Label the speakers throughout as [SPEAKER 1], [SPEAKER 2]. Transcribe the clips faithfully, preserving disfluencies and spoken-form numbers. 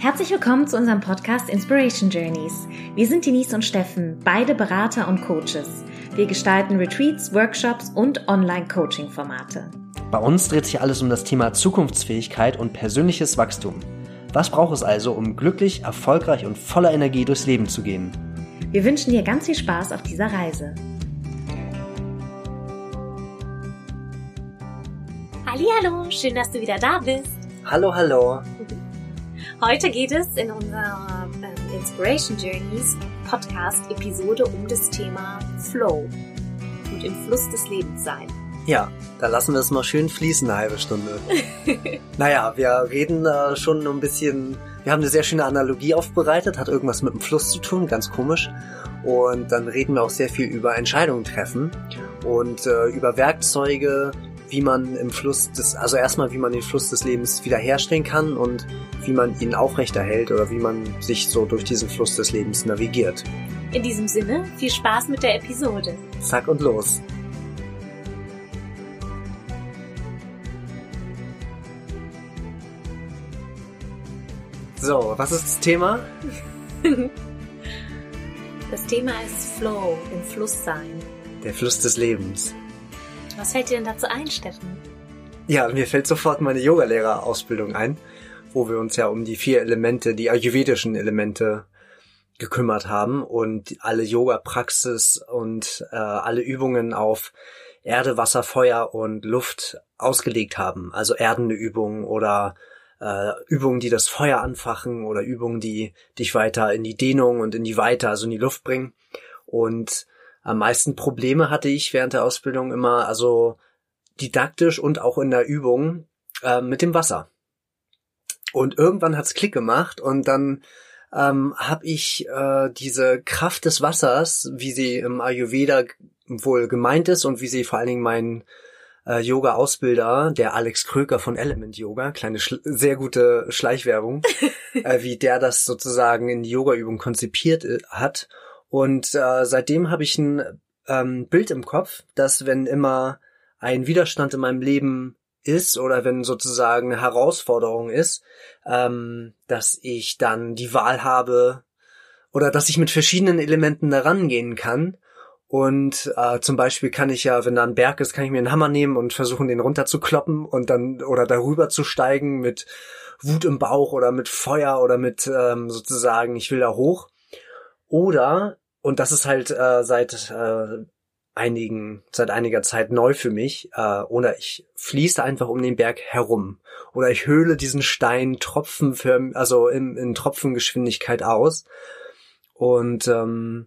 [SPEAKER 1] Herzlich willkommen zu unserem Podcast Inspiration Journeys. Wir sind Denise und Steffen, beide Berater und Coaches. Wir gestalten Retreats, Workshops und Online-Coaching-Formate.
[SPEAKER 2] Bei uns dreht sich alles um das Thema Zukunftsfähigkeit und persönliches Wachstum. Was braucht es also, um glücklich, erfolgreich und voller Energie durchs Leben zu gehen?
[SPEAKER 1] Wir wünschen dir ganz viel Spaß auf dieser Reise. Hallihallo, schön, dass du wieder da bist.
[SPEAKER 2] Hallo, hallo.
[SPEAKER 1] Heute geht es in unserer ähm, Inspiration Journeys Podcast-Episode um das Thema Flow und im Fluss des Lebens sein.
[SPEAKER 2] Ja, da lassen wir es mal schön fließen, eine halbe Stunde. Naja, wir reden äh, schon ein bisschen, wir haben eine sehr schöne Analogie aufbereitet, hat irgendwas mit dem Fluss zu tun, ganz komisch. Und dann reden wir auch sehr viel über Entscheidungen treffen und äh, über Werkzeuge, wie man im Fluss des, also erstmal wie man den Fluss des Lebens wiederherstellen kann und wie man ihn aufrechterhält oder wie man sich so durch diesen Fluss des Lebens navigiert.
[SPEAKER 1] In diesem Sinne, viel Spaß mit der Episode.
[SPEAKER 2] Zack und los. So, was ist das Thema?
[SPEAKER 1] Das Thema ist Flow, im Fluss sein.
[SPEAKER 2] Der Fluss des Lebens.
[SPEAKER 1] Was fällt dir denn dazu ein, Steffen?
[SPEAKER 2] Ja, mir fällt sofort meine Yogalehrerausbildung ein, wo wir uns ja um die vier Elemente, die ayurvedischen Elemente gekümmert haben und alle Yoga-Praxis und äh, alle Übungen auf Erde, Wasser, Feuer und Luft ausgelegt haben. Also erdende Übungen oder äh, Übungen, die das Feuer anfachen oder Übungen, die dich weiter in die Dehnung und in die Weite, also in die Luft bringen. Und am meisten Probleme hatte ich während der Ausbildung immer, also didaktisch und auch in der Übung, äh, mit dem Wasser. Und irgendwann hat's Klick gemacht und dann ähm, habe ich äh, diese Kraft des Wassers, wie sie im Ayurveda wohl gemeint ist und wie sie vor allen Dingen mein äh, Yoga-Ausbilder, der Alex Kröker von Element Yoga, kleine schl- sehr gute Schleichwerbung, äh, wie der das sozusagen in die Yoga-Übung konzipiert äh, hat. Und äh, seitdem habe ich ein ähm, Bild im Kopf, dass wenn immer ein Widerstand in meinem Leben ist oder wenn sozusagen eine Herausforderung ist, ähm, dass ich dann die Wahl habe oder dass ich mit verschiedenen Elementen da rangehen kann. Und äh, zum Beispiel kann ich ja, wenn da ein Berg ist, kann ich mir einen Hammer nehmen und versuchen, den runterzukloppen und dann oder darüber zu steigen mit Wut im Bauch oder mit Feuer oder mit ähm, sozusagen, ich will da hoch. Oder und das ist halt äh, seit äh, einigen, seit einiger Zeit neu für mich. Äh, oder ich fließe einfach um den Berg herum. Oder ich höhle diesen Stein tropfenförmig, also in, in Tropfengeschwindigkeit aus. Und ähm,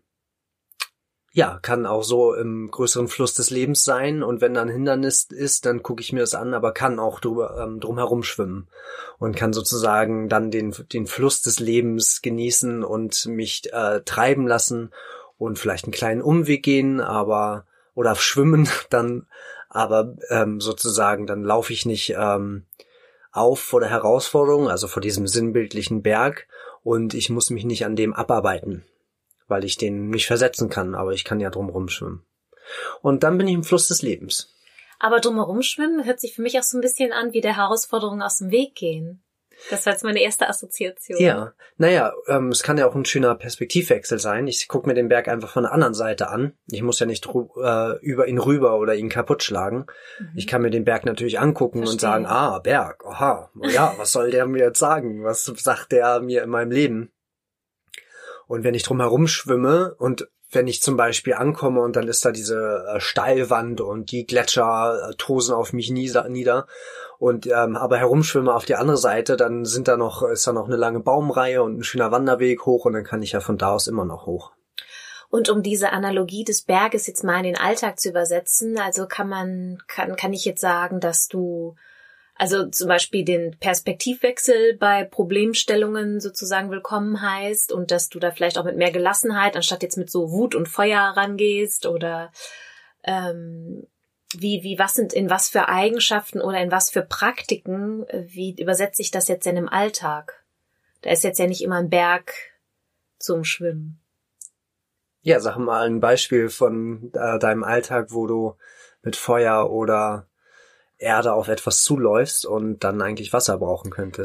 [SPEAKER 2] ja, kann auch so im größeren Fluss des Lebens sein. Und wenn da ein Hindernis ist, dann gucke ich mir das an, aber kann auch drüber, ähm, drum herum schwimmen. Und kann sozusagen dann den, den Fluss des Lebens genießen und mich äh, treiben lassen und vielleicht einen kleinen Umweg gehen, aber, oder schwimmen dann, aber ähm, sozusagen dann laufe ich nicht ähm, auf vor der Herausforderung, also vor diesem sinnbildlichen Berg und ich muss mich nicht an dem abarbeiten, weil ich den nicht versetzen kann, aber ich kann ja drumherum schwimmen. Und dann bin ich im Fluss des Lebens.
[SPEAKER 1] Aber drumherum schwimmen hört sich für mich auch so ein bisschen an wie der Herausforderung aus dem Weg gehen. Das war jetzt meine erste Assoziation.
[SPEAKER 2] Ja, naja, ähm, es kann ja auch ein schöner Perspektivwechsel sein. Ich gucke mir den Berg einfach von der anderen Seite an. Ich muss ja nicht ru- äh, über ihn rüber oder ihn kaputt schlagen. Mhm. Ich kann mir den Berg natürlich angucken Verstehe. Und sagen, ah, Berg, aha, ja, was soll der mir jetzt sagen? Was sagt der mir in meinem Leben? Und wenn ich drum herum schwimme und wenn ich zum Beispiel ankomme und dann ist da diese äh, Steilwand und die Gletscher äh, tosen auf mich nieder, nieder und ähm, aber herumschwimme auf die andere Seite, dann sind da noch ist da noch eine lange Baumreihe und ein schöner Wanderweg hoch und dann kann ich ja von da aus immer noch hoch.
[SPEAKER 1] Und um diese Analogie des Berges jetzt mal in den Alltag zu übersetzen, also kann man kann kann ich jetzt sagen, dass du also zum Beispiel den Perspektivwechsel bei Problemstellungen sozusagen willkommen heißt und dass du da vielleicht auch mit mehr Gelassenheit, anstatt jetzt mit so Wut und Feuer rangehst oder ähm, wie, wie, was sind, in was für Eigenschaften oder in was für Praktiken, wie übersetze ich das jetzt denn im Alltag? Da ist jetzt ja nicht immer ein Berg zum Schwimmen.
[SPEAKER 2] Ja, sag mal ein Beispiel von äh, deinem Alltag, wo du mit Feuer oder Erde auf etwas zuläufst und dann eigentlich Wasser brauchen könntest.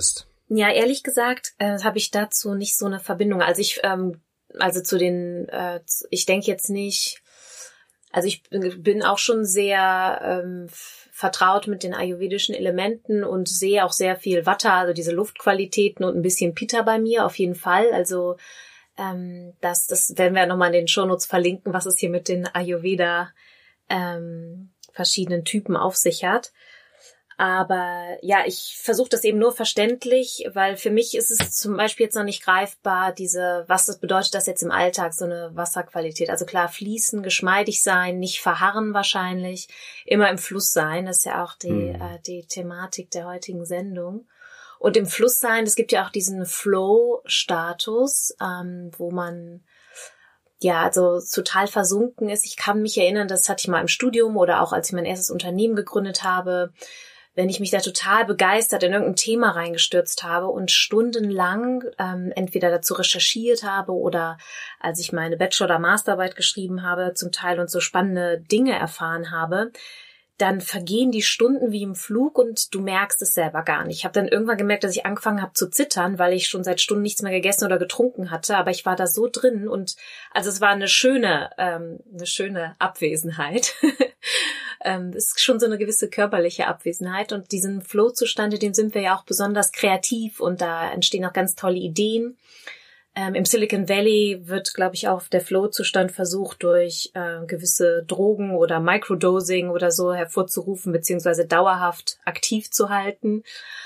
[SPEAKER 1] Ja, ehrlich gesagt, äh, habe ich dazu nicht so eine Verbindung. Also ich, ähm, also zu den, äh, ich denke jetzt nicht, also ich bin auch schon sehr ähm, vertraut mit den ayurvedischen Elementen und sehe auch sehr viel Vata, also diese Luftqualitäten und ein bisschen Pitta bei mir auf jeden Fall. Also ähm, das, das werden wir nochmal in den Shownotes verlinken, was es hier mit den Ayurveda ähm, verschiedenen Typen auf sich hat. Aber ja, ich versuche das eben nur verständlich, weil für mich ist es zum Beispiel jetzt noch nicht greifbar, diese, was das bedeutet das jetzt im Alltag, so eine Wasserqualität. Also klar, fließen, geschmeidig sein, nicht verharren wahrscheinlich, immer im Fluss sein. Das ist ja auch die, mhm. äh, die Thematik der heutigen Sendung. Und im Fluss sein, es gibt ja auch diesen Flow-Status, ähm, wo man ja, also total versunken ist. Ich kann mich erinnern, das hatte ich mal im Studium oder auch als ich mein erstes Unternehmen gegründet habe, wenn ich mich da total begeistert in irgendein Thema reingestürzt habe und stundenlang ähm, entweder dazu recherchiert habe oder als ich meine Bachelor- oder Masterarbeit geschrieben habe zum Teil und so spannende Dinge erfahren habe, dann vergehen die Stunden wie im Flug und du merkst es selber gar nicht. Ich habe dann irgendwann gemerkt, dass ich angefangen habe zu zittern, weil ich schon seit Stunden nichts mehr gegessen oder getrunken hatte, aber ich war da so drin und also es war eine schöne, ähm, eine schöne Abwesenheit. ähm, es ist schon so eine gewisse körperliche Abwesenheit und diesen Flow-Zustand, in dem sind wir ja auch besonders kreativ und da entstehen auch ganz tolle Ideen. Ähm, Im Silicon Valley wird, glaube ich, auch der Flow-Zustand versucht, durch äh, gewisse Drogen oder Microdosing oder so hervorzurufen, beziehungsweise dauerhaft aktiv zu halten,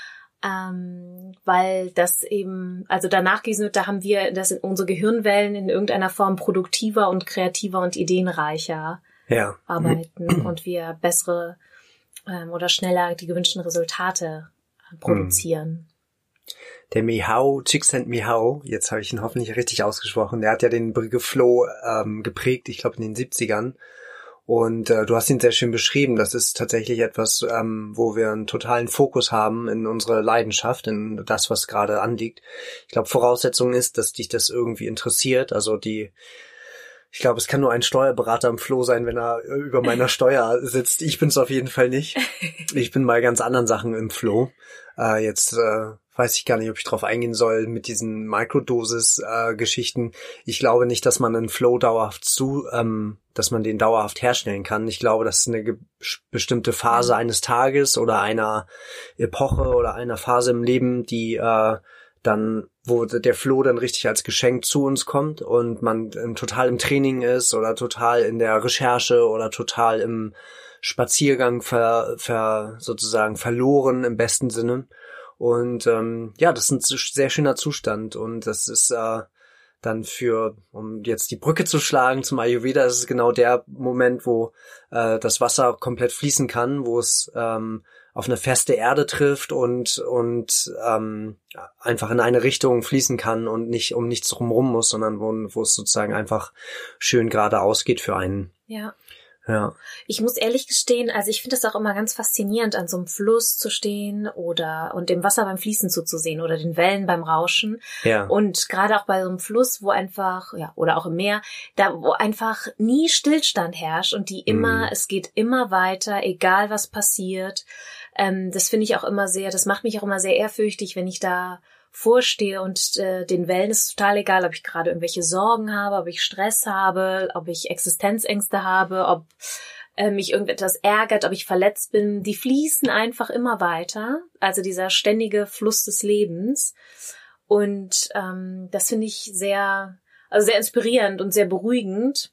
[SPEAKER 1] ähm, weil das eben, also danach gewiesen wird, da haben wir, das sind unsere Gehirnwellen in irgendeiner Form produktiver und kreativer und ideenreicher
[SPEAKER 2] ja.
[SPEAKER 1] arbeiten und wir bessere ähm, oder schneller die gewünschten Resultate äh, produzieren.
[SPEAKER 2] Mhm. Der Michał Csikszentmihalyi, jetzt habe ich ihn hoffentlich richtig ausgesprochen, der hat ja den Begriff Flow ähm, geprägt, ich glaube in den siebzigern. Und äh, du hast ihn sehr schön beschrieben. Das ist tatsächlich etwas, ähm, wo wir einen totalen Fokus haben in unsere Leidenschaft, in das, was gerade anliegt. Ich glaube, Voraussetzung ist, dass dich das irgendwie interessiert. Also die Ich glaube, es kann nur ein Steuerberater im Flow sein, wenn er über meiner Steuer sitzt. Ich bin's auf jeden Fall nicht. Ich bin bei ganz anderen Sachen im Flow. Äh, jetzt äh, weiß ich gar nicht, ob ich drauf eingehen soll mit diesen Microdosis-Geschichten. Äh, ich glaube nicht, dass man einen Flow dauerhaft zu, ähm, dass man den dauerhaft herstellen kann. Ich glaube, das ist eine ge- bestimmte Phase eines Tages oder einer Epoche oder einer Phase im Leben, die äh, dann, wo der Flow dann richtig als Geschenk zu uns kommt und man ähm, total im Training ist oder total in der Recherche oder total im Spaziergang ver, ver, sozusagen verloren im besten Sinne. Und ähm, ja, das ist ein sehr schöner Zustand und das ist äh, dann für, um jetzt die Brücke zu schlagen zum Ayurveda, ist es genau der Moment, wo äh, das Wasser komplett fließen kann, wo es ähm, auf eine feste Erde trifft und und ähm, einfach in eine Richtung fließen kann und nicht um nichts drumherum muss, sondern wo, wo es sozusagen einfach schön geradeaus geht für einen.
[SPEAKER 1] Ja.
[SPEAKER 2] Ja.
[SPEAKER 1] Ich muss ehrlich gestehen, also ich finde das auch immer ganz faszinierend, an so einem Fluss zu stehen oder und dem Wasser beim Fließen zuzusehen oder den Wellen beim Rauschen.
[SPEAKER 2] Ja.
[SPEAKER 1] Und gerade auch bei so einem Fluss, wo einfach, ja, oder auch im Meer, da wo einfach nie Stillstand herrscht und die immer, mhm. es geht immer weiter, egal was passiert. Ähm, das finde ich auch immer sehr, das macht mich auch immer sehr ehrfürchtig, wenn ich da vorstehe und äh, den Wellen ist total egal, ob ich gerade irgendwelche Sorgen habe, ob ich Stress habe, ob ich Existenzängste habe, ob äh, mich irgendetwas ärgert, ob ich verletzt bin. Die fließen einfach immer weiter, also dieser ständige Fluss des Lebens. Und ähm, das finde ich sehr, also sehr inspirierend und sehr beruhigend.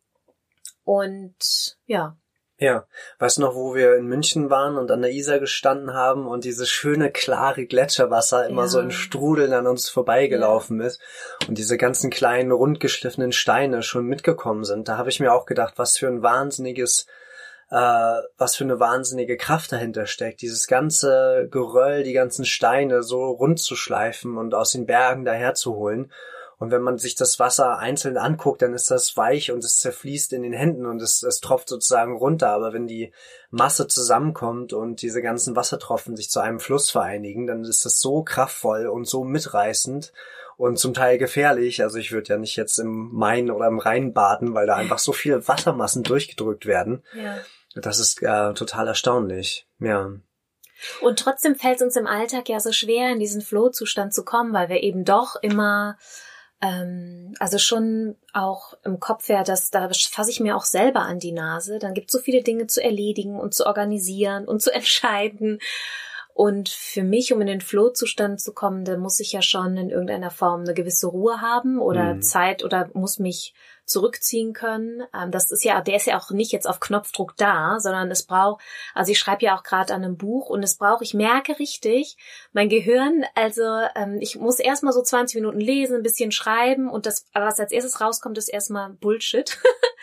[SPEAKER 1] Und ja.
[SPEAKER 2] Ja, weißt du noch, wo wir in München waren und an der Isar gestanden haben und dieses schöne, klare Gletscherwasser immer ja. so in Strudeln an uns vorbeigelaufen ja. ist und diese ganzen kleinen, rundgeschliffenen Steine schon mitgekommen sind. Da habe ich mir auch gedacht, was für ein wahnsinniges, äh, was für eine wahnsinnige Kraft dahinter steckt, dieses ganze Geröll, die ganzen Steine so rund zu schleifen und aus den Bergen daherzuholen. Und wenn man sich das Wasser einzeln anguckt, dann ist das weich und es zerfließt in den Händen und es, es tropft sozusagen runter. Aber wenn die Masse zusammenkommt und diese ganzen Wassertropfen sich zu einem Fluss vereinigen, dann ist das so kraftvoll und so mitreißend und zum Teil gefährlich. Also ich würde ja nicht jetzt im Main oder im Rhein baden, weil da einfach so viele Wassermassen durchgedrückt werden.
[SPEAKER 1] Ja.
[SPEAKER 2] Das ist äh, total erstaunlich. Ja.
[SPEAKER 1] Und trotzdem fällt es uns im Alltag ja so schwer, in diesen Flow-Zustand zu kommen, weil wir eben doch immer, ähm, also schon auch im Kopf her, dass da fasse ich mir auch selber an die Nase. Dann gibt es so viele Dinge zu erledigen und zu organisieren und zu entscheiden. Und für mich, um in den Flow-Zustand zu kommen, da muss ich ja schon in irgendeiner Form eine gewisse Ruhe haben oder mhm. Zeit oder muss mich zurückziehen können. Das ist ja, der ist ja auch nicht jetzt auf Knopfdruck da, sondern es braucht, also ich schreibe ja auch gerade an einem Buch und es braucht, ich merke richtig, mein Gehirn, also ich muss erstmal so zwanzig Minuten lesen, ein bisschen schreiben und das, was als erstes rauskommt, ist erstmal Bullshit.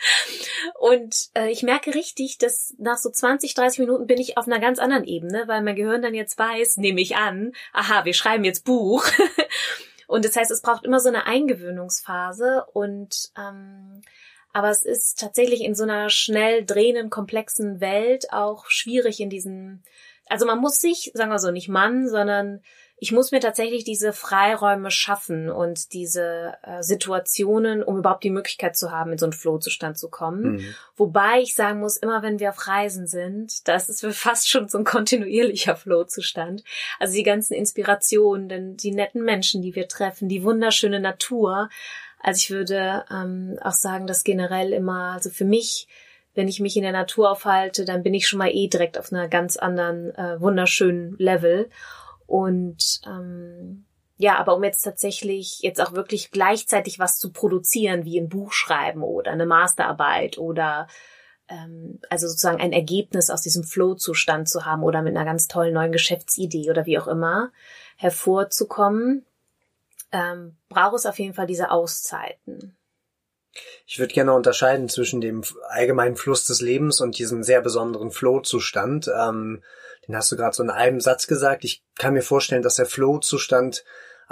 [SPEAKER 1] Und äh, ich merke richtig, dass nach so zwanzig, dreißig Minuten bin ich auf einer ganz anderen Ebene, weil mein Gehirn dann jetzt weiß, nehme ich an, aha, wir schreiben jetzt Buch. Und das heißt, es braucht immer so eine Eingewöhnungsphase und ähm, aber es ist tatsächlich in so einer schnell drehenden, komplexen Welt auch schwierig in diesen, also man muss sich, sagen wir so, nicht Mann, sondern ich muss mir tatsächlich diese Freiräume schaffen und diese äh, Situationen, um überhaupt die Möglichkeit zu haben, in so einen Flow-Zustand zu kommen. Mhm. Wobei ich sagen muss, immer wenn wir auf Reisen sind, das ist fast schon so ein kontinuierlicher Flow-Zustand. Also die ganzen Inspirationen, denn die netten Menschen, die wir treffen, die wunderschöne Natur. Also ich würde ähm, auch sagen, dass generell immer, also für mich, wenn ich mich in der Natur aufhalte, dann bin ich schon mal eh direkt auf einer ganz anderen, äh, wunderschönen Level. Und ähm, ja, aber um jetzt tatsächlich jetzt auch wirklich gleichzeitig was zu produzieren, wie ein Buch schreiben oder eine Masterarbeit oder ähm, also sozusagen ein Ergebnis aus diesem Flow-Zustand zu haben oder mit einer ganz tollen neuen Geschäftsidee oder wie auch immer hervorzukommen, ähm, braucht es auf jeden Fall diese Auszeiten.
[SPEAKER 2] Ich würde gerne unterscheiden zwischen dem allgemeinen Fluss des Lebens und diesem sehr besonderen Flow-Zustand. Ähm, den hast du gerade so in einem Satz gesagt. Ich kann mir vorstellen, dass der Flow-Zustand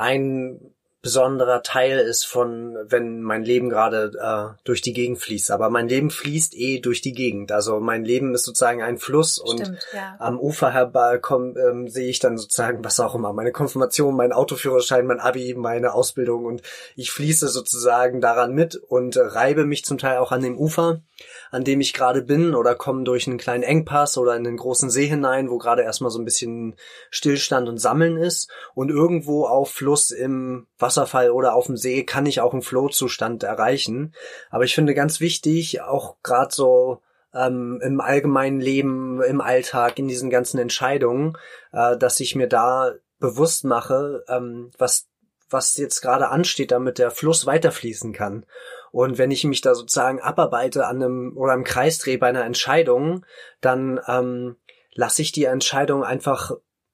[SPEAKER 2] ein besonderer Teil ist von, wenn mein Leben gerade äh, durch die Gegend fließt. Aber mein Leben fließt eh durch die Gegend. Also mein Leben ist sozusagen ein Fluss. Stimmt, und ja. Am Ufer herbei komm, ähm, sehe ich dann sozusagen, was auch immer, meine Konfirmation, mein Autoführerschein, mein Abi, meine Ausbildung und ich fließe sozusagen daran mit und äh, reibe mich zum Teil auch an dem Ufer, an dem ich gerade bin oder komme durch einen kleinen Engpass oder in einen großen See hinein, wo gerade erstmal so ein bisschen Stillstand und Sammeln ist und irgendwo auf Fluss im Wasserfall oder auf dem See kann ich auch einen Flow-Zustand erreichen. Aber ich finde ganz wichtig, auch gerade so ähm, im allgemeinen Leben, im Alltag, in diesen ganzen Entscheidungen, äh, dass ich mir da bewusst mache, ähm, was was jetzt gerade ansteht, damit der Fluss weiterfließen kann. Und wenn ich mich da sozusagen abarbeite an einem oder im Kreis drehe bei einer Entscheidung, dann ähm, lasse ich die Entscheidung einfach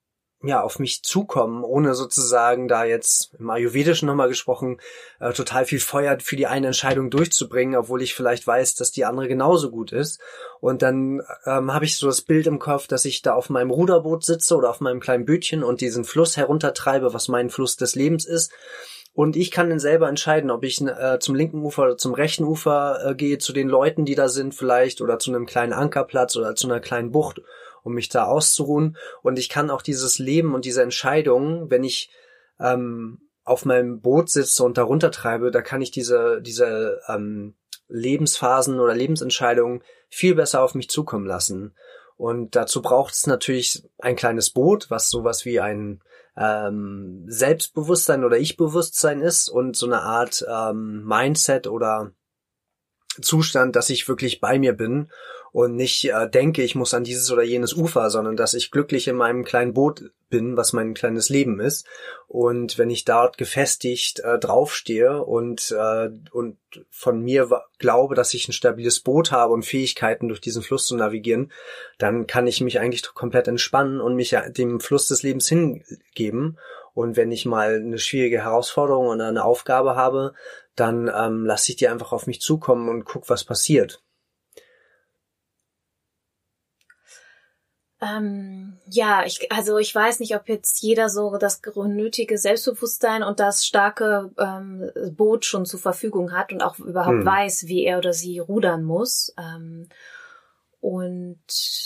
[SPEAKER 2] ja auf mich zukommen, ohne sozusagen da jetzt im Ayurvedischen nochmal gesprochen, äh, total viel Feuer für die eine Entscheidung durchzubringen, obwohl ich vielleicht weiß, dass die andere genauso gut ist. Und dann ähm, habe ich so das Bild im Kopf, dass ich da auf meinem Ruderboot sitze oder auf meinem kleinen Bötchen und diesen Fluss heruntertreibe, was mein Fluss des Lebens ist. Und ich kann dann selber entscheiden, ob ich äh, zum linken Ufer oder zum rechten Ufer äh, gehe, zu den Leuten, die da sind vielleicht, oder zu einem kleinen Ankerplatz oder zu einer kleinen Bucht, um mich da auszuruhen. Und ich kann auch dieses Leben und diese Entscheidungen, wenn ich ähm, auf meinem Boot sitze und da runtertreibe, da kann ich diese diese ähm, Lebensphasen oder Lebensentscheidungen viel besser auf mich zukommen lassen. Und dazu braucht es natürlich ein kleines Boot, was sowas wie ein ähm, Selbstbewusstsein oder Ich-Bewusstsein ist und so eine Art ähm, Mindset oder Zustand, dass ich wirklich bei mir bin und nicht äh, denke, ich muss an dieses oder jenes Ufer, sondern dass ich glücklich in meinem kleinen Boot bin, was mein kleines Leben ist. Und wenn ich dort gefestigt äh, draufstehe und äh, und von mir w- glaube, dass ich ein stabiles Boot habe und Fähigkeiten, durch diesen Fluss zu navigieren, dann kann ich mich eigentlich komplett entspannen und mich ja dem Fluss des Lebens hingeben. Und wenn ich mal eine schwierige Herausforderung oder eine Aufgabe habe, dann ähm, lasse ich die einfach auf mich zukommen und guck, was passiert.
[SPEAKER 1] Ähm, ja, ich, also ich weiß nicht, ob jetzt jeder so das nötige Selbstbewusstsein und das starke ähm, Boot schon zur Verfügung hat und auch überhaupt hm. weiß, wie er oder sie rudern muss. Ähm, und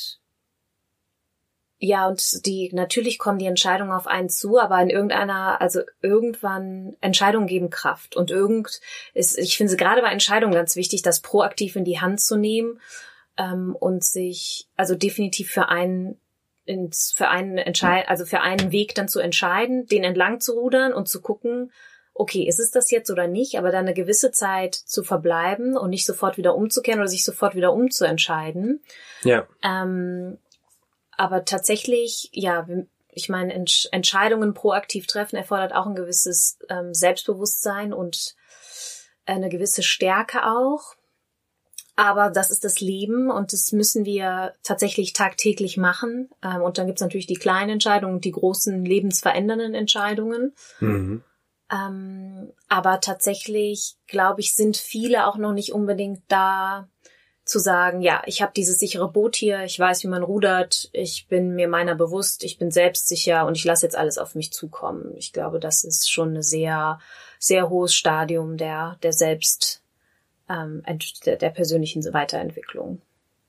[SPEAKER 1] ja, und die, natürlich kommen die Entscheidungen auf einen zu, aber in irgendeiner, also irgendwann, Entscheidungen geben Kraft und irgend ist, ich finde gerade bei Entscheidungen ganz wichtig, das proaktiv in die Hand zu nehmen, ähm, und sich, also definitiv für einen ins, für einen Entscheid, also für einen Weg dann zu entscheiden, den entlang zu rudern und zu gucken, okay, ist es das jetzt oder nicht, aber dann eine gewisse Zeit zu verbleiben und nicht sofort wieder umzukehren oder sich sofort wieder umzuentscheiden.
[SPEAKER 2] Ja.
[SPEAKER 1] Ähm, aber tatsächlich, ja, ich meine, Entsch- Entscheidungen proaktiv treffen erfordert auch ein gewisses ähm, Selbstbewusstsein und eine gewisse Stärke auch. Aber das ist das Leben und das müssen wir tatsächlich tagtäglich machen. Ähm, und dann gibt's natürlich die kleinen Entscheidungen und die großen lebensverändernden Entscheidungen.
[SPEAKER 2] Mhm.
[SPEAKER 1] Ähm, aber tatsächlich, glaube ich, sind viele auch noch nicht unbedingt da zu sagen, ja, ich habe dieses sichere Boot hier, ich weiß, wie man rudert, ich bin mir meiner bewusst, ich bin selbstsicher und ich lasse jetzt alles auf mich zukommen. Ich glaube, das ist schon ein sehr, sehr hohes Stadium der, der Selbst, ähm, der, der persönlichen Weiterentwicklung.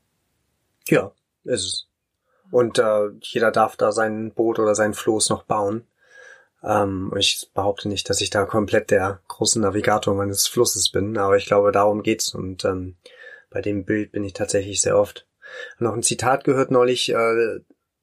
[SPEAKER 2] Ja, ist es. Und äh, jeder darf da sein Boot oder sein Floß noch bauen. Ähm, ich behaupte nicht, dass ich da komplett der große Navigator meines Flusses bin, aber ich glaube, darum geht's und ähm, bei dem Bild bin ich tatsächlich sehr oft. Noch ein Zitat gehört neulich, äh,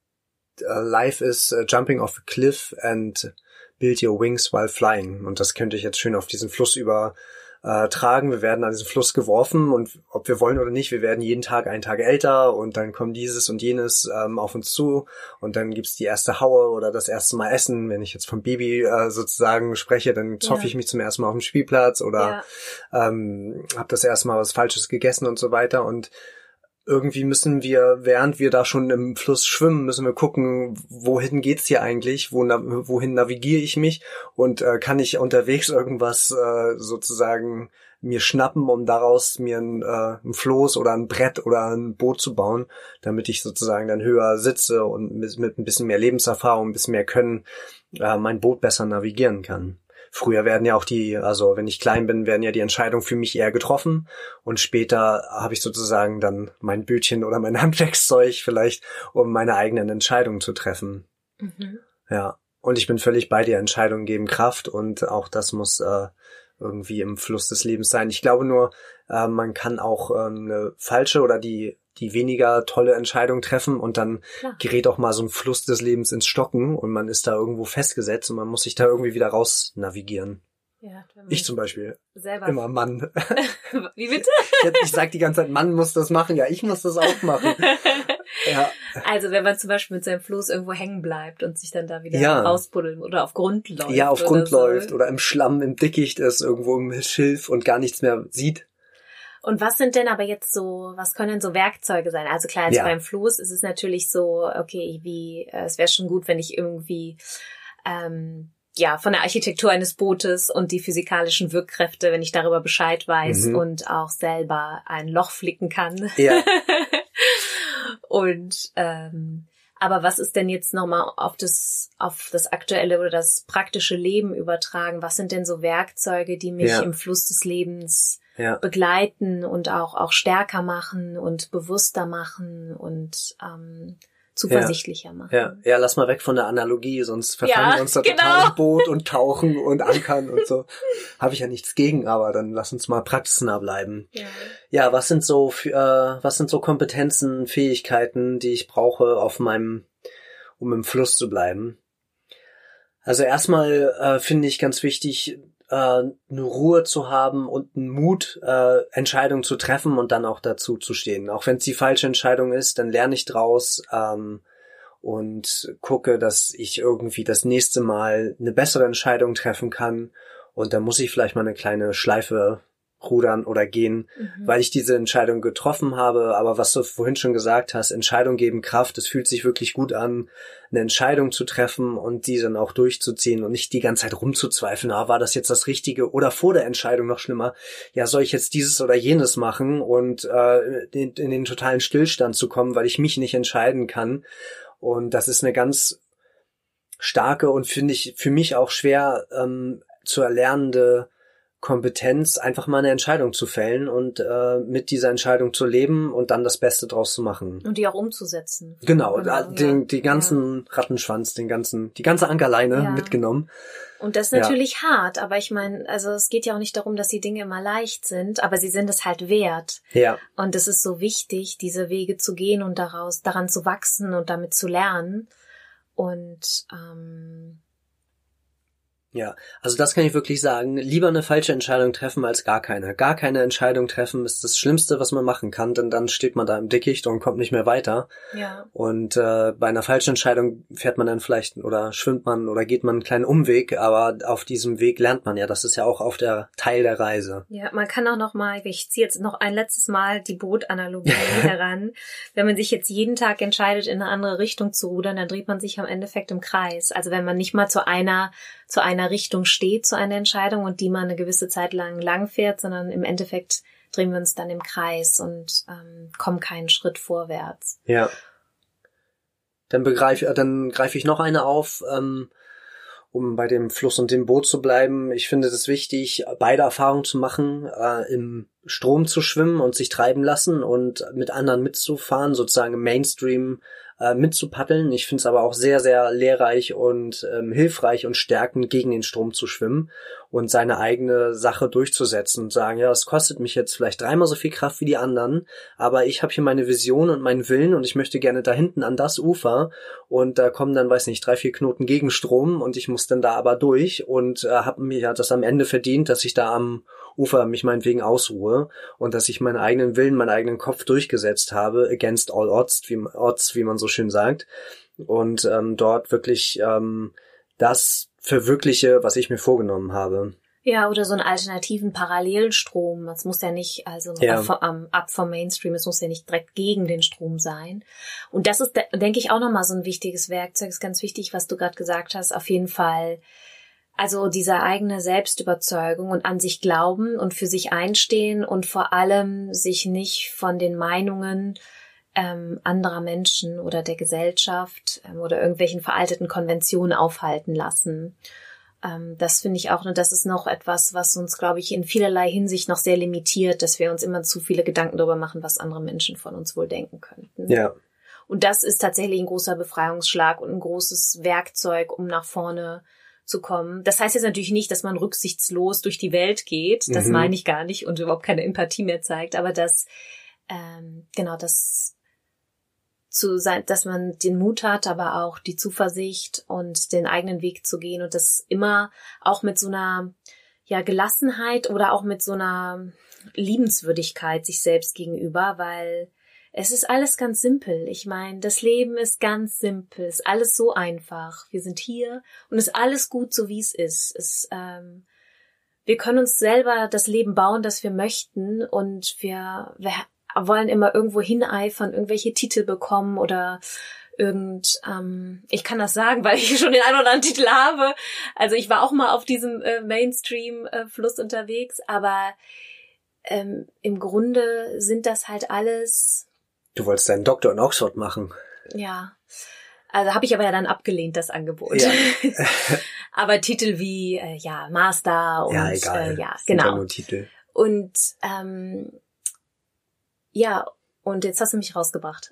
[SPEAKER 2] Life is jumping off a cliff and build your wings while flying. Und das könnte ich jetzt schön auf diesen Fluss über äh, tragen. Wir werden an diesen Fluss geworfen und ob wir wollen oder nicht, wir werden jeden Tag einen Tag älter und dann kommt dieses und jenes ähm, auf uns zu und dann gibt's die erste Haue oder das erste Mal Essen. Wenn ich jetzt vom Baby äh, sozusagen spreche, dann zoffe
[SPEAKER 1] Ja.
[SPEAKER 2] ich mich zum ersten Mal auf dem Spielplatz oder
[SPEAKER 1] Ja.
[SPEAKER 2] ähm, habe das erste Mal was Falsches gegessen und so weiter und irgendwie müssen wir, während wir da schon im Fluss schwimmen, müssen wir gucken, wohin geht's hier eigentlich, wo, wohin navigiere ich mich und äh, kann ich unterwegs irgendwas äh, sozusagen mir schnappen, um daraus mir ein, äh, ein Floß oder ein Brett oder ein Boot zu bauen, damit ich sozusagen dann höher sitze und mit, mit ein bisschen mehr Lebenserfahrung, ein bisschen mehr Können äh, mein Boot besser navigieren kann. Früher werden ja auch die, also wenn ich klein bin, werden ja die Entscheidungen für mich eher getroffen und später habe ich sozusagen dann mein Bötchen oder mein Handwerkszeug vielleicht, um meine eigenen Entscheidungen zu treffen.
[SPEAKER 1] Mhm.
[SPEAKER 2] Ja, und ich bin völlig bei dir, Entscheidungen geben Kraft und auch das muss äh, irgendwie im Fluss des Lebens sein. Ich glaube nur, äh, man kann auch äh, eine falsche oder die die weniger tolle Entscheidung treffen und dann
[SPEAKER 1] Klar.
[SPEAKER 2] gerät auch mal so ein Fluss des Lebens ins Stocken und man ist da irgendwo festgesetzt und man muss sich da irgendwie wieder raus navigieren.
[SPEAKER 1] Ja, wenn man
[SPEAKER 2] Ich zum Beispiel.
[SPEAKER 1] selber
[SPEAKER 2] Immer Mann.
[SPEAKER 1] Wie bitte?
[SPEAKER 2] Ich, ich sag die ganze Zeit, Mann muss das machen. Ja, ich muss das auch machen. Ja.
[SPEAKER 1] Also wenn man zum Beispiel mit seinem Floß irgendwo hängen bleibt und sich dann da wieder
[SPEAKER 2] Ja.
[SPEAKER 1] rausbuddeln oder auf Grund läuft.
[SPEAKER 2] Ja, auf
[SPEAKER 1] oder
[SPEAKER 2] Grund
[SPEAKER 1] so.
[SPEAKER 2] läuft oder im Schlamm, im Dickicht ist, irgendwo im Schilf und gar nichts mehr sieht.
[SPEAKER 1] Und was sind denn aber jetzt so, was können denn so Werkzeuge sein? Also klar, jetzt
[SPEAKER 2] Ja.
[SPEAKER 1] beim Floß ist es natürlich so, okay, wie, äh, es wäre schon gut, wenn ich irgendwie, ähm, ja, von der Architektur eines Bootes und die physikalischen Wirkkräfte, wenn ich darüber Bescheid weiß
[SPEAKER 2] Mhm.
[SPEAKER 1] und auch selber ein Loch flicken kann.
[SPEAKER 2] Ja.
[SPEAKER 1] Und ähm, aber was ist denn jetzt nochmal auf das auf das aktuelle oder das praktische Leben übertragen? Was sind denn so Werkzeuge, die mich
[SPEAKER 2] Ja.
[SPEAKER 1] im Fluss des Lebens
[SPEAKER 2] Ja.
[SPEAKER 1] begleiten und auch auch stärker machen und bewusster machen und ähm, zuversichtlicher machen?
[SPEAKER 2] Ja, ja, lass mal weg von der Analogie, sonst verfangen
[SPEAKER 1] Ja,
[SPEAKER 2] wir uns da
[SPEAKER 1] genau.
[SPEAKER 2] total im Boot und tauchen und ankern und so. Habe ich ja nichts gegen, aber dann lass uns mal praxisnah bleiben.
[SPEAKER 1] Ja.
[SPEAKER 2] Ja, was sind so für, äh, was sind so Kompetenzen, Fähigkeiten, die ich brauche auf meinem, um im Fluss zu bleiben? Also erstmal äh, finde ich ganz wichtig, äh, eine Ruhe zu haben und einen Mut, äh, Entscheidungen zu treffen und dann auch dazu zu stehen. Auch wenn es die falsche Entscheidung ist, dann lerne ich draus ähm, und gucke, dass ich irgendwie das nächste Mal eine bessere Entscheidung treffen kann. Und dann muss ich vielleicht mal eine kleine Schleife rudern oder gehen,
[SPEAKER 1] Mhm.
[SPEAKER 2] weil ich diese Entscheidung getroffen habe. Aber was du vorhin schon gesagt hast, Entscheidungen geben Kraft. Es fühlt sich wirklich gut an, eine Entscheidung zu treffen und die dann auch durchzuziehen und nicht die ganze Zeit rumzuzweifeln, ah, war das jetzt das Richtige? Oder vor der Entscheidung noch schlimmer, ja, soll ich jetzt dieses oder jenes machen und äh, in, in den totalen Stillstand zu kommen, weil ich mich nicht entscheiden kann. Und das ist eine ganz starke und finde ich für mich auch schwer ähm, zu erlernende Kompetenz, einfach mal eine Entscheidung zu fällen und äh, mit dieser Entscheidung zu leben und dann das Beste draus zu machen.
[SPEAKER 1] Und die auch umzusetzen.
[SPEAKER 2] Genau,
[SPEAKER 1] genau
[SPEAKER 2] den,
[SPEAKER 1] ja.
[SPEAKER 2] die ganzen ja. Rattenschwanz, den ganzen, die ganze Ankerleine ja. mitgenommen.
[SPEAKER 1] Und das ist natürlich ja. hart, aber ich meine, also es geht ja auch nicht darum, dass die Dinge immer leicht sind, aber sie sind es halt wert.
[SPEAKER 2] Ja.
[SPEAKER 1] Und es ist so wichtig, diese Wege zu gehen und daraus daran zu wachsen und damit zu lernen. Und ähm,
[SPEAKER 2] ja, also das kann ich wirklich sagen. Lieber eine falsche Entscheidung treffen als gar keine. Gar keine Entscheidung treffen ist das Schlimmste, was man machen kann, denn dann steht man da im Dickicht und kommt nicht mehr weiter.
[SPEAKER 1] Ja.
[SPEAKER 2] Und äh, bei einer falschen Entscheidung fährt man dann vielleicht oder schwimmt man oder geht man einen kleinen Umweg, aber auf diesem Weg lernt man ja. Das ist ja auch auf der Teil der Reise.
[SPEAKER 1] Ja, man kann auch noch mal, ich ziehe jetzt noch ein letztes Mal die Bootanalogie heran. Wenn man sich jetzt jeden Tag entscheidet, in eine andere Richtung zu rudern, dann dreht man sich am Endeffekt im Kreis. Also wenn man nicht mal zu einer zu einer Richtung steht, zu einer Entscheidung und die man eine gewisse Zeit lang lang fährt, sondern im Endeffekt drehen wir uns dann im Kreis und ähm, kommen keinen Schritt vorwärts.
[SPEAKER 2] Ja. Dann begreife, dann greife ich noch eine auf, ähm, um bei dem Fluss und dem Boot zu bleiben. Ich finde es wichtig, beide Erfahrungen zu machen, äh, im Strom zu schwimmen und sich treiben lassen und mit anderen mitzufahren, sozusagen im Mainstream äh, mitzupaddeln. Ich finde es aber auch sehr, sehr lehrreich und ähm, hilfreich und stärkend, gegen den Strom zu schwimmen und seine eigene Sache durchzusetzen und sagen, ja, es kostet mich jetzt vielleicht dreimal so viel Kraft wie die anderen, aber ich habe hier meine Vision und meinen Willen und ich möchte gerne da hinten an das Ufer und da kommen dann, weiß nicht, drei, vier Knoten Gegenstrom und ich muss dann da aber durch und äh, habe mir das am Ende verdient, dass ich da am Ufer mich meinetwegen ausruhe und dass ich meinen eigenen Willen, meinen eigenen Kopf durchgesetzt habe, against all odds, wie, odds, wie man so schön sagt, und ähm, dort wirklich ähm, das verwirkliche, was ich mir vorgenommen habe.
[SPEAKER 1] Ja, oder so einen alternativen Parallelstrom. Es muss ja nicht, also
[SPEAKER 2] ja.
[SPEAKER 1] ab, um, ab vom Mainstream, es muss ja nicht direkt gegen den Strom sein. Und das ist, denke ich, auch nochmal so ein wichtiges Werkzeug. Ist ganz wichtig, was du gerade gesagt hast. Auf jeden Fall, also diese eigene Selbstüberzeugung und an sich glauben und für sich einstehen und vor allem sich nicht von den Meinungen ähm, anderer Menschen oder der Gesellschaft ähm, oder irgendwelchen veralteten Konventionen aufhalten lassen. Ähm, das finde ich auch, und das ist noch etwas, was uns, glaube ich, in vielerlei Hinsicht noch sehr limitiert, dass wir uns immer zu viele Gedanken darüber machen, was andere Menschen von uns wohl denken könnten.
[SPEAKER 2] Ja.
[SPEAKER 1] Und das ist tatsächlich ein großer Befreiungsschlag und ein großes Werkzeug, um nach vorne zu kommen. Das heißt jetzt natürlich nicht, dass man rücksichtslos durch die Welt geht. Das mhm. meine ich gar nicht und überhaupt keine Empathie mehr zeigt. Aber dass, ähm, genau, das zu sein, dass man den Mut hat, aber auch die Zuversicht und den eigenen Weg zu gehen und das immer auch mit so einer, ja, Gelassenheit oder auch mit so einer Liebenswürdigkeit sich selbst gegenüber, weil es ist alles ganz simpel. Ich meine, das Leben ist ganz simpel, ist alles so einfach. Wir sind hier und ist alles gut, so wie es ist. Es, ähm, wir können uns selber das Leben bauen, das wir möchten und wir, wir wollen immer irgendwo hineifern, irgendwelche Titel bekommen oder irgend, ähm, ich kann das sagen, weil ich schon den einen oder anderen Titel habe. Also ich war auch mal auf diesem äh, Mainstream-Fluss unterwegs, aber ähm, im Grunde sind das halt alles.
[SPEAKER 2] Du wolltest deinen Doktor in Oxford machen.
[SPEAKER 1] Ja, also habe ich aber ja dann abgelehnt, das Angebot. Ja. Aber Titel wie, äh, ja, Master und
[SPEAKER 2] ja, egal.
[SPEAKER 1] Äh, ja,
[SPEAKER 2] sind
[SPEAKER 1] genau.
[SPEAKER 2] Ja nur Titel.
[SPEAKER 1] Und ähm, ja, und jetzt hast du mich rausgebracht.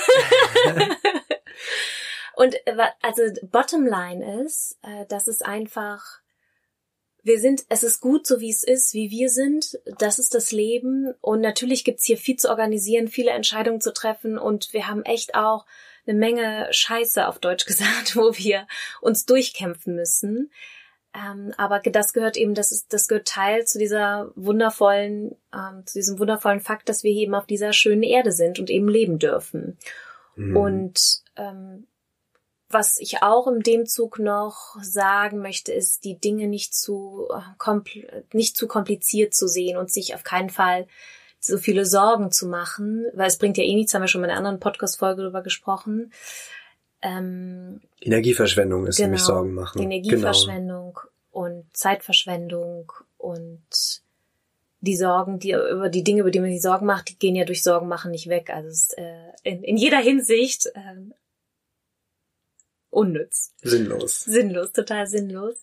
[SPEAKER 1] Und also Bottomline ist, äh, dass es einfach, wir sind, es ist gut, so wie es ist, wie wir sind. Das ist das Leben. Und natürlich gibt's hier viel zu organisieren, viele Entscheidungen zu treffen. Und wir haben echt auch eine Menge Scheiße, auf Deutsch gesagt, wo wir uns durchkämpfen müssen. Ähm, aber das gehört eben, das ist, das gehört Teil zu dieser wundervollen, ähm, zu diesem wundervollen Fakt, dass wir eben auf dieser schönen Erde sind und eben leben dürfen. Mhm. Und ähm, was ich auch in dem Zug noch sagen möchte, ist, die Dinge nicht zu kompl- nicht zu kompliziert zu sehen und sich auf keinen Fall so viele Sorgen zu machen, weil es bringt ja eh nichts, haben wir schon mal in einer anderen Podcast-Folge darüber gesprochen. Ähm,
[SPEAKER 2] Energieverschwendung ist
[SPEAKER 1] genau,
[SPEAKER 2] nämlich Sorgen machen.
[SPEAKER 1] Energieverschwendung genau. Und Zeitverschwendung und die Sorgen, die über die Dinge, über die man sich Sorgen macht, die gehen ja durch Sorgen machen nicht weg. Also es ist äh, in, in jeder Hinsicht äh, unnütz.
[SPEAKER 2] Sinnlos.
[SPEAKER 1] Sinnlos, total sinnlos.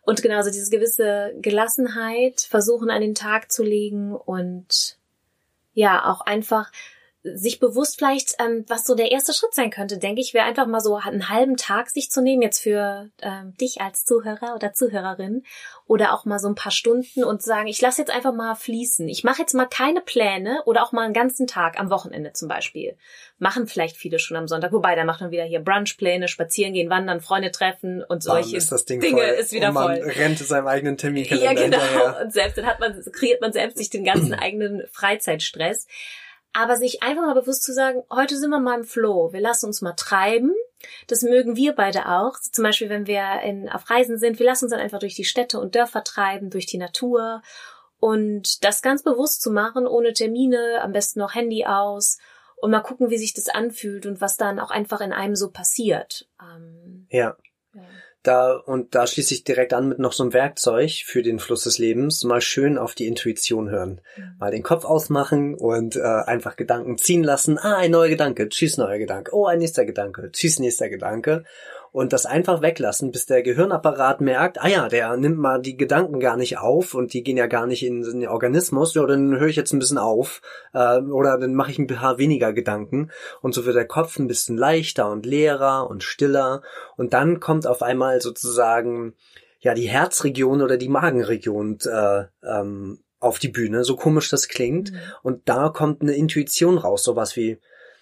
[SPEAKER 1] Und genauso diese gewisse Gelassenheit versuchen an den Tag zu legen und ja, auch einfach sich bewusst vielleicht, ähm, was so der erste Schritt sein könnte, denke ich, wäre einfach mal so einen halben Tag sich zu nehmen, jetzt für ähm, dich als Zuhörer oder Zuhörerin oder auch mal so ein paar Stunden und sagen, ich lasse jetzt einfach mal fließen. Ich mache jetzt mal keine Pläne oder auch mal einen ganzen Tag am Wochenende zum Beispiel. Machen vielleicht viele schon am Sonntag, wobei da macht man wieder hier Brunchpläne, spazieren gehen, wandern, Freunde treffen und solche
[SPEAKER 2] ist das Ding
[SPEAKER 1] Dinge
[SPEAKER 2] voll.
[SPEAKER 1] ist wieder
[SPEAKER 2] und man
[SPEAKER 1] voll.
[SPEAKER 2] rennt seinem eigenen Terminkalender
[SPEAKER 1] Ja, genau.
[SPEAKER 2] hinterher.
[SPEAKER 1] Und selbst dann hat man, kreiert man selbst sich den ganzen eigenen Freizeitstress. Aber sich einfach mal bewusst zu sagen, heute sind wir mal im Flow, wir lassen uns mal treiben. Das mögen wir beide auch. Zum Beispiel, wenn wir in, auf Reisen sind, wir lassen uns dann einfach durch die Städte und Dörfer treiben, durch die Natur. Und das ganz bewusst zu machen, ohne Termine, am besten noch Handy aus und mal gucken, wie sich das anfühlt und was dann auch einfach in einem so passiert. Ähm,
[SPEAKER 2] ja.
[SPEAKER 1] ja.
[SPEAKER 2] Da, und da schließe ich direkt an mit noch so einem Werkzeug für den Fluss des Lebens. Mal schön auf die Intuition hören. Mhm. Mal den Kopf ausmachen und äh, einfach Gedanken ziehen lassen. Ah, ein neuer Gedanke. Tschüss, neuer Gedanke. Oh, ein nächster Gedanke. Tschüss, nächster Gedanke. Und das einfach weglassen, bis der Gehirnapparat merkt, ah ja, der nimmt mal die Gedanken gar nicht auf und die gehen ja gar nicht in, in den Organismus. Ja, dann höre ich jetzt ein bisschen auf äh, oder dann mache ich ein paar weniger Gedanken. Und so wird der Kopf ein bisschen leichter und leerer und stiller. Und dann kommt auf einmal sozusagen ja die Herzregion oder die Magenregion äh, ähm, auf die Bühne, so komisch das klingt. Mhm. Und da kommt eine Intuition raus, sowas wie,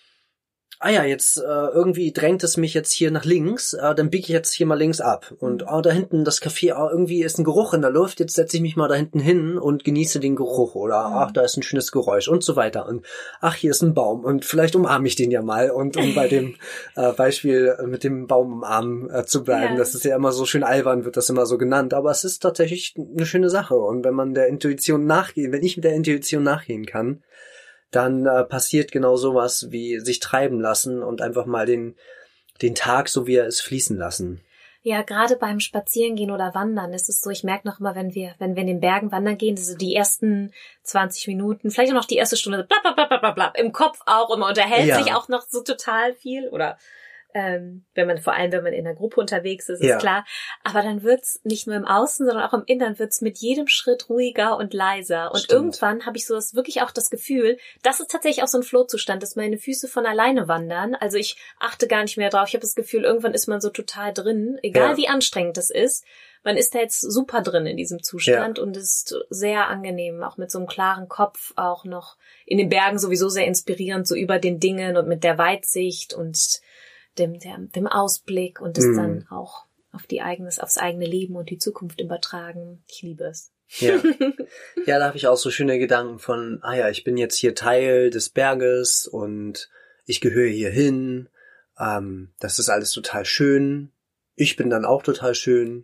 [SPEAKER 2] ah ja, jetzt äh, irgendwie drängt es mich jetzt hier nach links, äh, dann biege ich jetzt hier mal links ab. Und oh, da hinten das Café, oh, irgendwie ist ein Geruch in der Luft, jetzt setze ich mich mal da hinten hin und genieße den Geruch. Oder mhm. ach, da ist ein schönes Geräusch und so weiter. Und ach, hier ist ein Baum und vielleicht umarme ich den ja mal. Und um bei dem äh, Beispiel mit dem Baum umarmen äh, zu bleiben, ja. Das ist ja immer so schön albern, wird das immer so genannt. Aber es ist tatsächlich eine schöne Sache. Und wenn man der Intuition nachgeht, wenn ich mit der Intuition nachgehen kann, dann äh, passiert genau sowas wie sich treiben lassen und einfach mal den den Tag, so wie er ist, fließen lassen.
[SPEAKER 1] Ja, gerade beim Spazierengehen oder Wandern ist es so, ich merke noch immer, wenn wir wenn wir in den Bergen wandern gehen, also die ersten zwanzig Minuten, vielleicht auch noch die erste Stunde, bla bla bla bla bla, im Kopf auch, und man unterhält ja. sich auch noch so total viel, oder ähm, wenn man vor allem, wenn man in einer Gruppe unterwegs ist, ist ja. klar. Aber dann wird's nicht nur im Außen, sondern auch im Innern wird's mit jedem Schritt ruhiger und leiser. Und Stimmt. irgendwann habe ich so das, wirklich auch das Gefühl, das ist tatsächlich auch so ein Flow-Zustand, dass meine Füße von alleine wandern. Also ich achte gar nicht mehr drauf. Ich habe das Gefühl, irgendwann ist man so total drin, egal ja. wie anstrengend das ist. Man ist da jetzt super drin in diesem Zustand ja. und ist sehr angenehm, auch mit so einem klaren Kopf, auch noch in den Bergen sowieso sehr inspirierend, so über den Dingen und mit der Weitsicht und Dem, dem, dem Ausblick und das mm. dann auch auf die eigenes, aufs eigene Leben und die Zukunft übertragen. Ich liebe es.
[SPEAKER 2] Ja, ja, da habe ich auch so schöne Gedanken von, ah ja, ich bin jetzt hier Teil des Berges und ich gehöre hier hin. Ähm, das ist alles total schön. Ich bin dann auch total schön.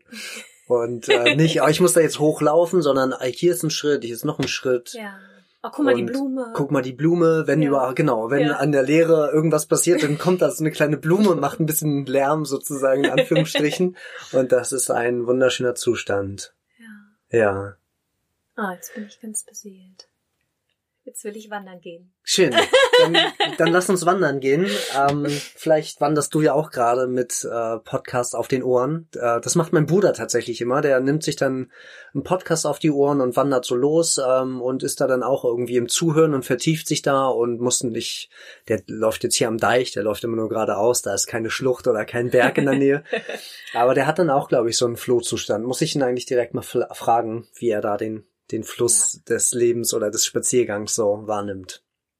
[SPEAKER 2] Und äh, nicht, ich muss da jetzt hochlaufen, sondern hier ist ein Schritt, hier ist noch ein Schritt.
[SPEAKER 1] Ja. Oh, guck mal, und die Blume.
[SPEAKER 2] Guck mal, die Blume, wenn ja. über, genau, wenn ja. an der Lehre irgendwas passiert, dann kommt da so eine kleine Blume und macht ein bisschen Lärm sozusagen, in Anführungsstrichen. Und das ist ein wunderschöner Zustand. Ja. Ja.
[SPEAKER 1] Ah, oh, jetzt bin ich ganz beseelt. Jetzt will ich wandern gehen.
[SPEAKER 2] Schön. Dann, dann lass uns wandern gehen. Ähm, vielleicht wanderst du ja auch gerade mit äh, Podcast auf den Ohren. Äh, das macht mein Bruder tatsächlich immer. Der nimmt sich dann einen Podcast auf die Ohren und wandert so los ähm, und ist da dann auch irgendwie im Zuhören und vertieft sich da und muss nicht, der läuft jetzt hier am Deich, der läuft immer nur geradeaus, da ist keine Schlucht oder kein Berg in der Nähe. Aber der hat dann auch, glaube ich, so einen Flohzustand. Muss ich ihn eigentlich direkt mal f- fragen, wie er da den den Fluss ja. des Lebens oder des Spaziergangs so wahrnimmt.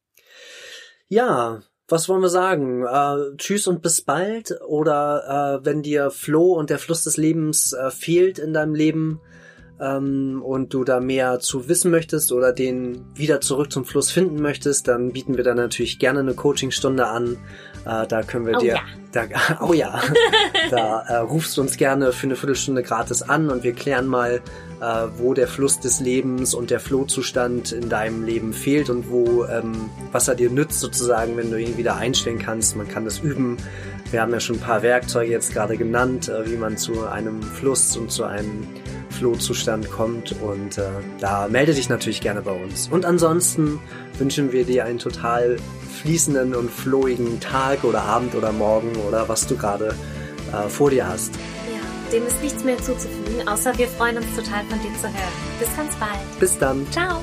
[SPEAKER 2] Ja, was wollen wir sagen? Äh, tschüss und bis bald. Oder äh, wenn dir Flow und der Fluss des Lebens äh, fehlt in deinem Leben ähm, und du da mehr zu wissen möchtest oder den wieder zurück zum Fluss finden möchtest, dann bieten wir da natürlich gerne eine Coachingstunde an. Äh, da können wir
[SPEAKER 1] oh
[SPEAKER 2] dir...
[SPEAKER 1] Ja.
[SPEAKER 2] Da, oh ja, da äh, rufst du uns gerne für eine Viertelstunde gratis an und wir klären mal, äh, wo der Fluss des Lebens und der Flow-Zustand in deinem Leben fehlt und wo, ähm, was er dir nützt sozusagen, wenn du ihn wieder einstellen kannst. Man kann das üben. Wir haben ja schon ein paar Werkzeuge jetzt gerade genannt, äh, wie man zu einem Fluss und zu einem Flow-Zustand kommt, und äh, da melde dich natürlich gerne bei uns. Und ansonsten wünschen wir dir einen total fließenden und flowigen Tag oder Abend oder Morgen oder was du gerade äh, vor dir hast.
[SPEAKER 1] Ja, dem ist nichts mehr zuzufügen, außer wir freuen uns total von dir zu hören. Bis ganz bald.
[SPEAKER 2] Bis dann.
[SPEAKER 1] Ciao.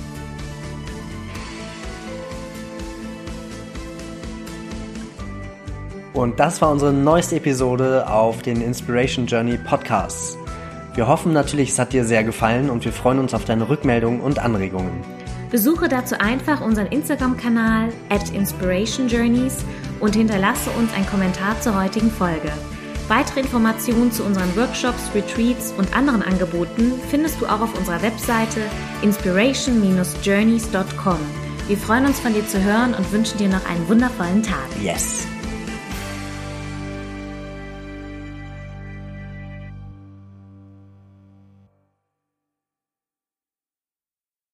[SPEAKER 2] Und das war unsere neueste Episode auf den Inspiration Journey Podcasts. Wir hoffen natürlich, es hat dir sehr gefallen und wir freuen uns auf deine Rückmeldungen und Anregungen.
[SPEAKER 1] Besuche dazu einfach unseren Instagram-Kanal at inspirationjourneys und hinterlasse uns einen Kommentar zur heutigen Folge. Weitere Informationen zu unseren Workshops, Retreats und anderen Angeboten findest du auch auf unserer Webseite inspiration dash journeys dot com. Wir freuen uns, von dir zu hören und wünschen dir noch einen wundervollen Tag.
[SPEAKER 2] Yes!